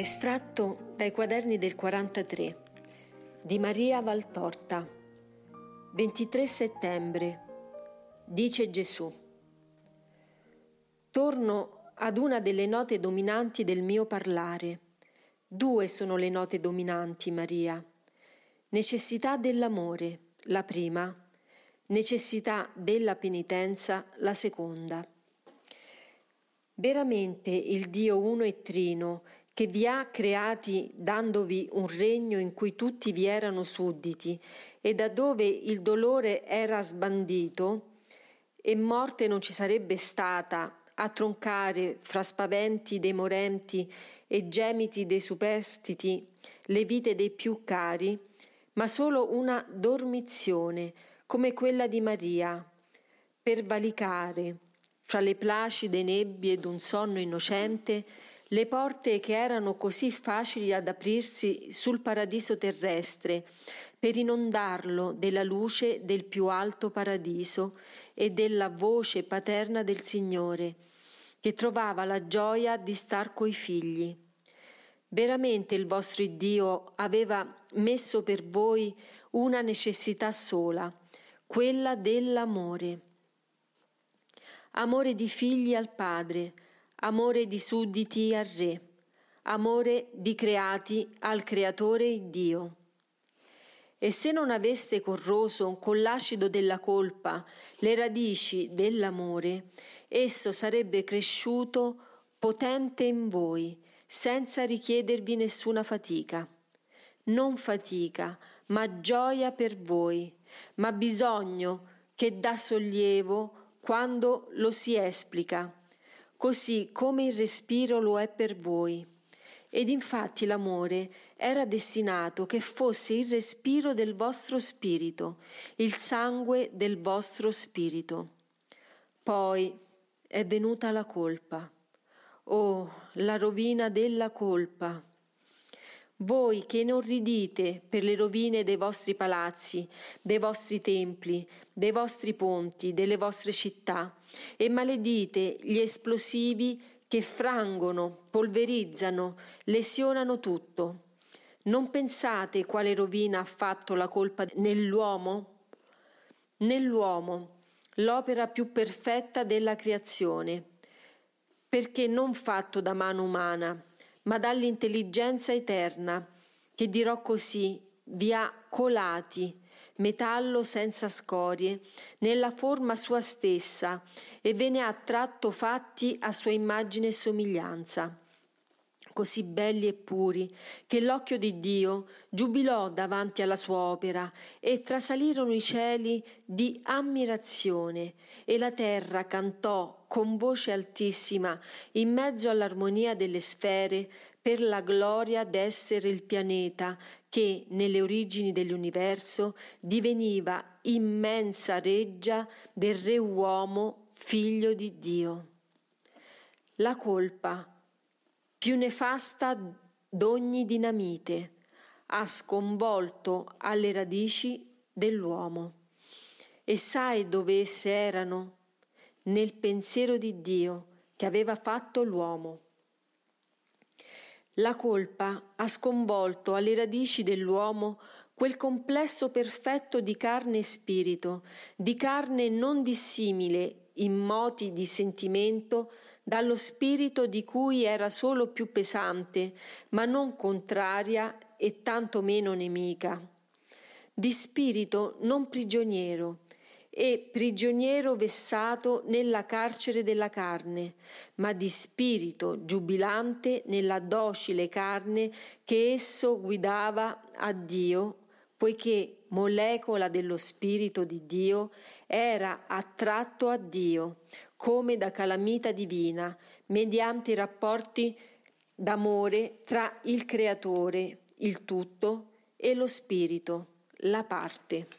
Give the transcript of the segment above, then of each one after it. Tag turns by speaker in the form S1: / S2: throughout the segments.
S1: Estratto dai quaderni del 43 di Maria Valtorta. 23 settembre. Dice Gesù: torno ad una delle note dominanti del mio parlare. Due sono le note dominanti, Maria. Necessità dell'amore, la prima; necessità della penitenza, la seconda. Veramente il Dio uno e trino, che vi ha creati dandovi un regno in cui tutti vi erano sudditi e da dove il dolore era sbandito e morte non ci sarebbe stata a troncare fra spaventi dei morenti e gemiti dei superstiti le vite dei più cari, ma solo una dormizione come quella di Maria, per valicare fra le placide nebbie d'un sonno innocente le porte che erano così facili ad aprirsi sul paradiso terrestre, per inondarlo della luce del più alto paradiso e della voce paterna del Signore, che trovava la gioia di star coi figli. Veramente il vostro Dio aveva messo per voi una necessità sola, quella dell'amore. Amore di figli al Padre, amore di sudditi al Re, amore di creati al Creatore Dio. E se non aveste corroso con l'acido della colpa le radici dell'amore, esso sarebbe cresciuto potente in voi, senza richiedervi nessuna fatica. Non fatica, ma gioia per voi, ma bisogno che dà sollievo quando lo si esplica, così come il respiro lo è per voi. Ed infatti l'amore era destinato che fosse il respiro del vostro spirito, il sangue del vostro spirito. Poi è venuta la colpa. Oh, la rovina della colpa! Voi che inorridite per le rovine dei vostri palazzi, dei vostri templi, dei vostri ponti, delle vostre città, e maledite gli esplosivi che frangono, polverizzano, lesionano tutto. Non pensate quale rovina ha fatto la colpa nell'uomo? Nell'uomo, l'opera più perfetta della creazione, perché non fatto da mano umana, ma dall'intelligenza eterna, che dirò così, vi ha colati, metallo senza scorie, nella forma sua stessa, e ve ne ha tratto fatti a sua immagine e somiglianza, così belli e puri, che l'occhio di Dio giubilò davanti alla sua opera, e trasalirono i cieli di ammirazione, e la terra cantò con voce altissima in mezzo all'armonia delle sfere per la gloria d'essere il pianeta che nelle origini dell'universo diveniva immensa reggia del Re uomo, figlio di Dio. La colpa, più nefasta d'ogni dinamite, ha sconvolto alle radici dell'uomo. E sai dove esse erano? Nel pensiero di Dio che aveva fatto l'uomo. La colpa ha sconvolto alle radici dell'uomo quel complesso perfetto di carne e spirito, di carne non dissimile in moti di sentimento dallo spirito di cui era solo più pesante, ma non contraria e tanto meno nemica. Di spirito non prigioniero, e prigioniero vessato nella carcere della carne, ma di spirito giubilante nella docile carne che esso guidava a Dio, poiché molecola dello spirito di Dio era attratto a Dio, come da calamita divina, mediante i rapporti d'amore tra il creatore, il tutto, e lo spirito, la parte.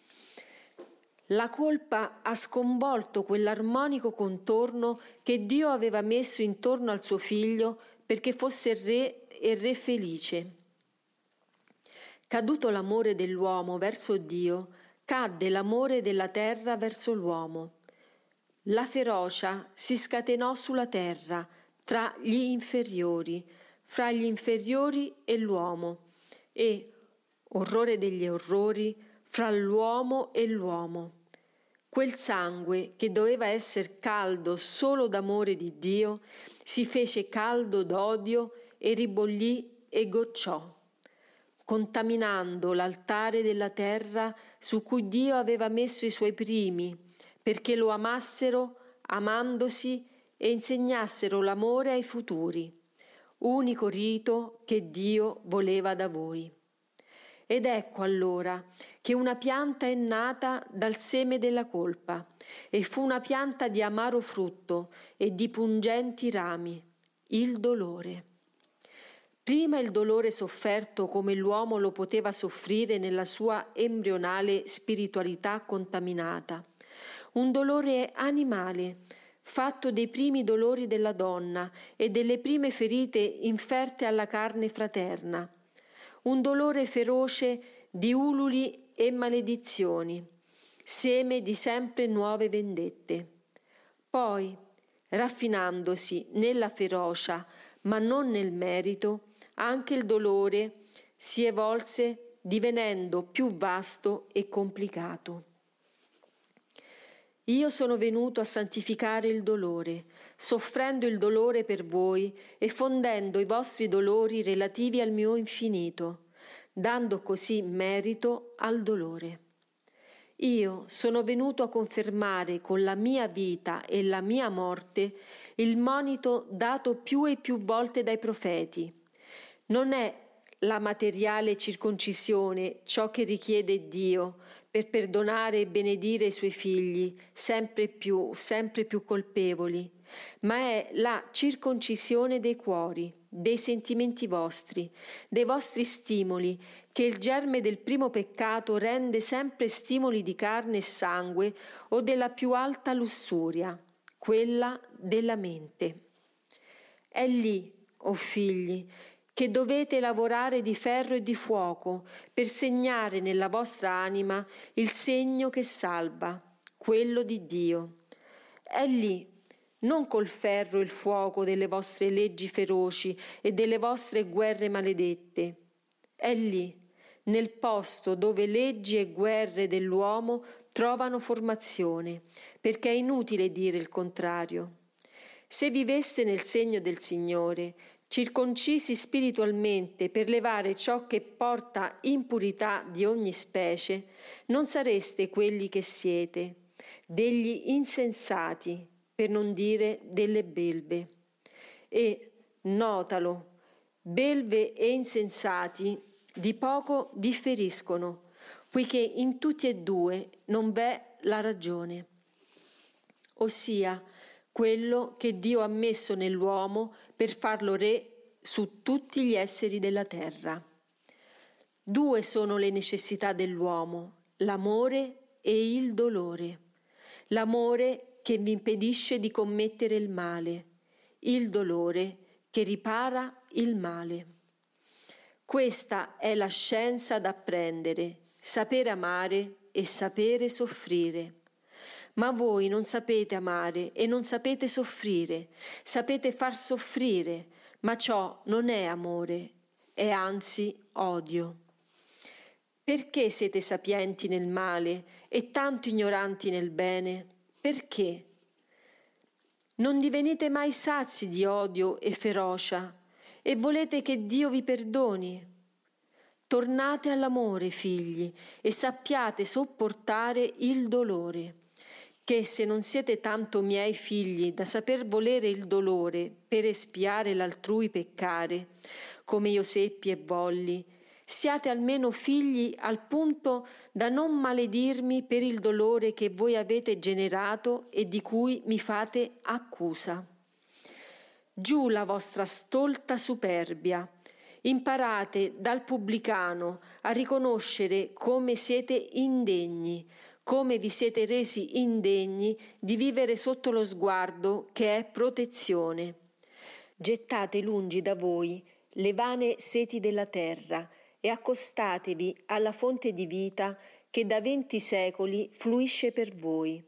S1: La colpa ha sconvolto quell'armonico contorno che Dio aveva messo intorno al suo figlio perché fosse re e re felice. Caduto l'amore dell'uomo verso Dio, cadde l'amore della terra verso l'uomo. La ferocia si scatenò sulla terra tra gli inferiori, fra gli inferiori e l'uomo, e, orrore degli orrori, fra l'uomo e l'uomo. Quel sangue che doveva essere caldo solo d'amore di Dio si fece caldo d'odio e ribollì e gocciò, contaminando l'altare della terra su cui Dio aveva messo i suoi primi, perché lo amassero amandosi e insegnassero l'amore ai futuri, unico rito che Dio voleva da voi. Ed ecco allora che una pianta è nata dal seme della colpa, e fu una pianta di amaro frutto e di pungenti rami, il dolore. Prima il dolore sofferto come l'uomo lo poteva soffrire nella sua embrionale spiritualità contaminata, un dolore animale, fatto dei primi dolori della donna e delle prime ferite inferte alla carne fraterna, un dolore feroce di ululi e maledizioni, seme di sempre nuove vendette. Poi, raffinandosi nella ferocia, ma non nel merito, anche il dolore si evolse divenendo più vasto e complicato. Io sono venuto a santificare il dolore, soffrendo il dolore per voi e fondendo i vostri dolori relativi al mio infinito, dando così merito al dolore. Io sono venuto a confermare con la mia vita e la mia morte il monito dato più e più volte dai profeti. Non è la materiale circoncisione ciò che richiede Dio per perdonare e benedire i suoi figli, sempre più colpevoli, ma è la circoncisione dei cuori, dei sentimenti vostri, dei vostri stimoli, che il germe del primo peccato rende sempre stimoli di carne e sangue o della più alta lussuria, quella della mente. È lì, o figli, che dovete lavorare di ferro e di fuoco per segnare nella vostra anima il segno che salva, quello di Dio. È lì, non col ferro e il fuoco delle vostre leggi feroci e delle vostre guerre maledette. È lì, nel posto dove leggi e guerre dell'uomo trovano formazione, perché è inutile dire il contrario. Se viveste nel segno del Signore, circoncisi spiritualmente per levare ciò che porta impurità di ogni specie, non sareste quelli che siete, degli insensati, per non dire delle belve. E, notalo, belve e insensati di poco differiscono, poiché in tutti e due non v'è la ragione, ossia quello che Dio ha messo nell'uomo per farlo re su tutti gli esseri della terra. Due sono le necessità dell'uomo, l'amore e il dolore. L'amore che vi impedisce di commettere il male, il dolore che ripara il male. Questa è la scienza da apprendere, sapere amare e sapere soffrire. Ma voi non sapete amare e non sapete soffrire, sapete far soffrire, ma ciò non è amore, è anzi odio. Perché siete sapienti nel male e tanto ignoranti nel bene? Perché? Non divenite mai sazi di odio e ferocia e volete che Dio vi perdoni? Tornate all'amore, figli, e sappiate sopportare il dolore, che se non siete tanto miei figli da saper volere il dolore per espiare l'altrui peccare, come io seppi e volli, siate almeno figli al punto da non maledirmi per il dolore che voi avete generato e di cui mi fate accusa. Giù la vostra stolta superbia. Imparate dal pubblicano a riconoscere come siete indegni, come vi siete resi indegni di vivere sotto lo sguardo che è protezione. Gettate lungi da voi le vane seti della terra e accostatevi alla fonte di vita che da 20 secoli fluisce per voi.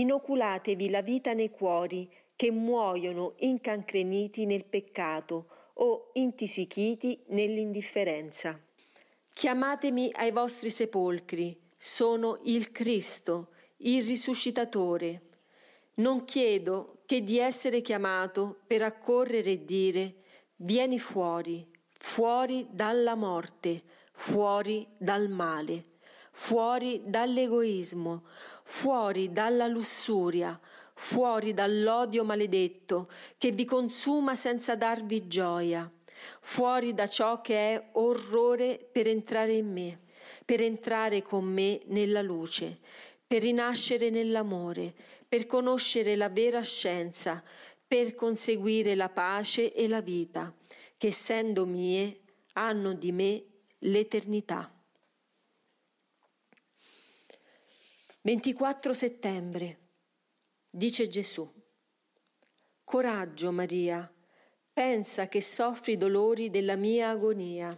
S1: Inoculatevi la vita nei cuori che muoiono incancreniti nel peccato o intisichiti nell'indifferenza. Chiamatemi ai vostri sepolcri, sono il Cristo, il risuscitatore. Non chiedo che di essere chiamato per accorrere e dire: vieni fuori, fuori dalla morte, fuori dal male, fuori dall'egoismo, fuori dalla lussuria, fuori dall'odio maledetto che vi consuma senza darvi gioia, fuori da ciò che è orrore per entrare in me, per entrare con me nella luce, per rinascere nell'amore, per conoscere la vera scienza, per conseguire la pace e la vita, che essendo mie hanno di me l'eternità. 24 settembre. Dice Gesù: coraggio Maria, pensa che soffri i dolori della mia agonia.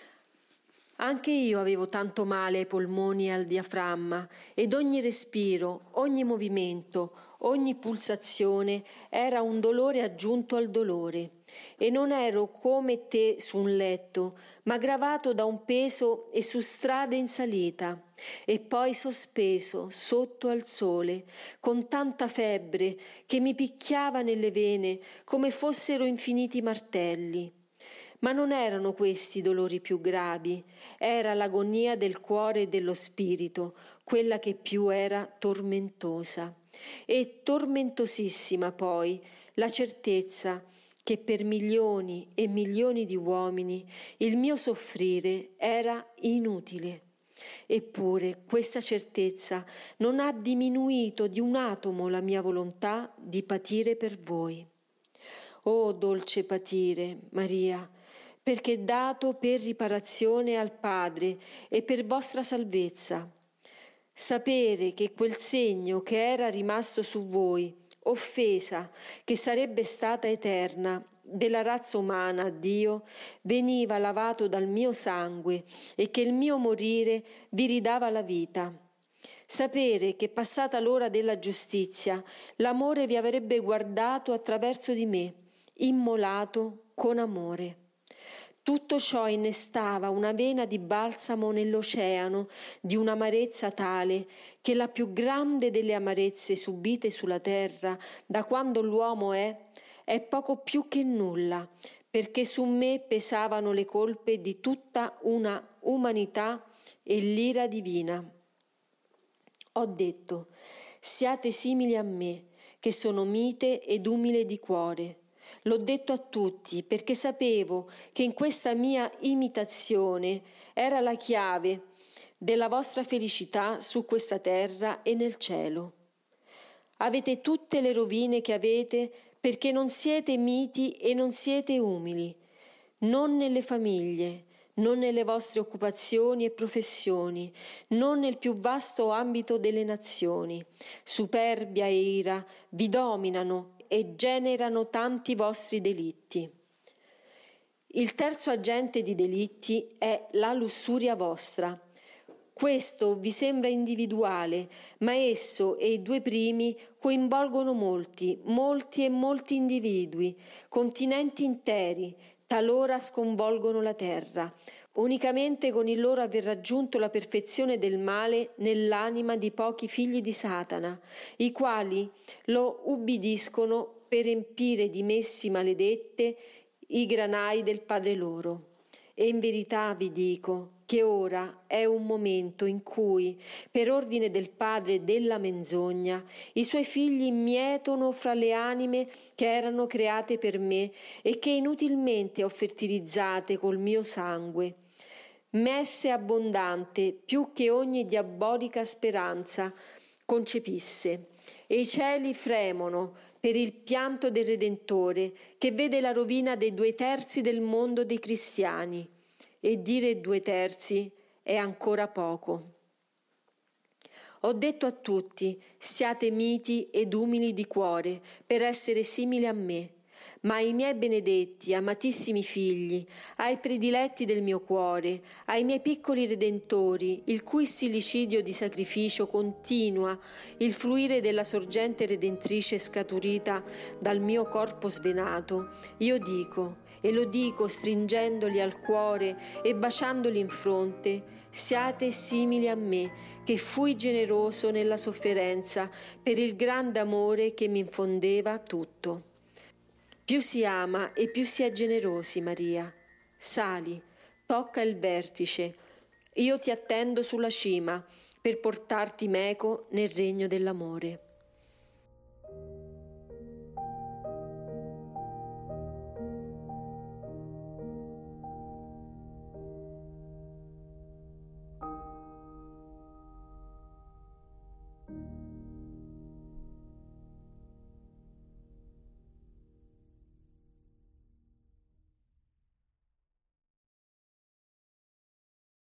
S1: Anche io avevo tanto male ai polmoni e al diaframma, ed ogni respiro, ogni movimento, ogni pulsazione era un dolore aggiunto al dolore, e non ero come te su un letto, ma gravato da un peso e su strade in salita, e poi sospeso sotto al sole, con tanta febbre che mi picchiava nelle vene come fossero infiniti martelli. Ma non erano questi i dolori più gravi, era l'agonia del cuore e dello spirito, quella che più era tormentosa. E tormentosissima poi la certezza che per milioni e milioni di uomini il mio soffrire era inutile. Eppure questa certezza non ha diminuito di un atomo la mia volontà di patire per voi. Oh dolce patire, Maria, perché dato per riparazione al Padre e per vostra salvezza. Sapere che quel segno che era rimasto su voi, offesa che sarebbe stata eterna, della razza umana a Dio, veniva lavato dal mio sangue e che il mio morire vi ridava la vita. Sapere che passata l'ora della giustizia, l'amore vi avrebbe guardato attraverso di me, immolato con amore. Tutto ciò innestava una vena di balsamo nell'oceano di un'amarezza tale che la più grande delle amarezze subite sulla terra da quando l'uomo è poco più che nulla, perché su me pesavano le colpe di tutta una umanità e l'ira divina. Ho detto: siate simili a me, che sono mite ed umile di cuore. L'ho detto a tutti perché sapevo che in questa mia imitazione era la chiave della vostra felicità su questa terra e nel cielo. Avete tutte le rovine che avete perché non siete miti e non siete umili, non nelle famiglie, non nelle vostre occupazioni e professioni, non nel più vasto ambito delle nazioni. Superbia e ira vi dominano e generano tanti vostri delitti. Il terzo agente di delitti è la lussuria vostra. Questo vi sembra individuale, ma esso e i due primi coinvolgono molti individui, continenti interi, talora sconvolgono la terra, unicamente con il loro aver raggiunto la perfezione del male nell'anima di pochi figli di Satana, i quali lo ubbidiscono per empire di messi maledette i granai del padre loro. E in verità vi dico che ora è un momento in cui, per ordine del padre e della menzogna, i suoi figli mietono fra le anime che erano create per me e che inutilmente ho fertilizzate col mio sangue. Messe abbondante più che ogni diabolica speranza concepisse, e i cieli fremono per il pianto del Redentore che vede la rovina dei 2/3 del mondo dei cristiani, e dire 2/3 è ancora poco. Ho detto a tutti: siate miti ed umili di cuore per essere simili a me, ma ai miei benedetti, amatissimi figli, ai prediletti del mio cuore, ai miei piccoli redentori, il cui stillicidio di sacrificio continua il fluire della sorgente redentrice scaturita dal mio corpo svenato, io dico: e lo dico stringendoli al cuore e baciandoli in fronte: siate simili a me, che fui generoso nella sofferenza per il grande amore che mi infondeva tutto. Più si ama e più si è generosi, Maria. Sali, tocca il vertice. Io ti attendo sulla cima per portarti meco nel regno dell'amore.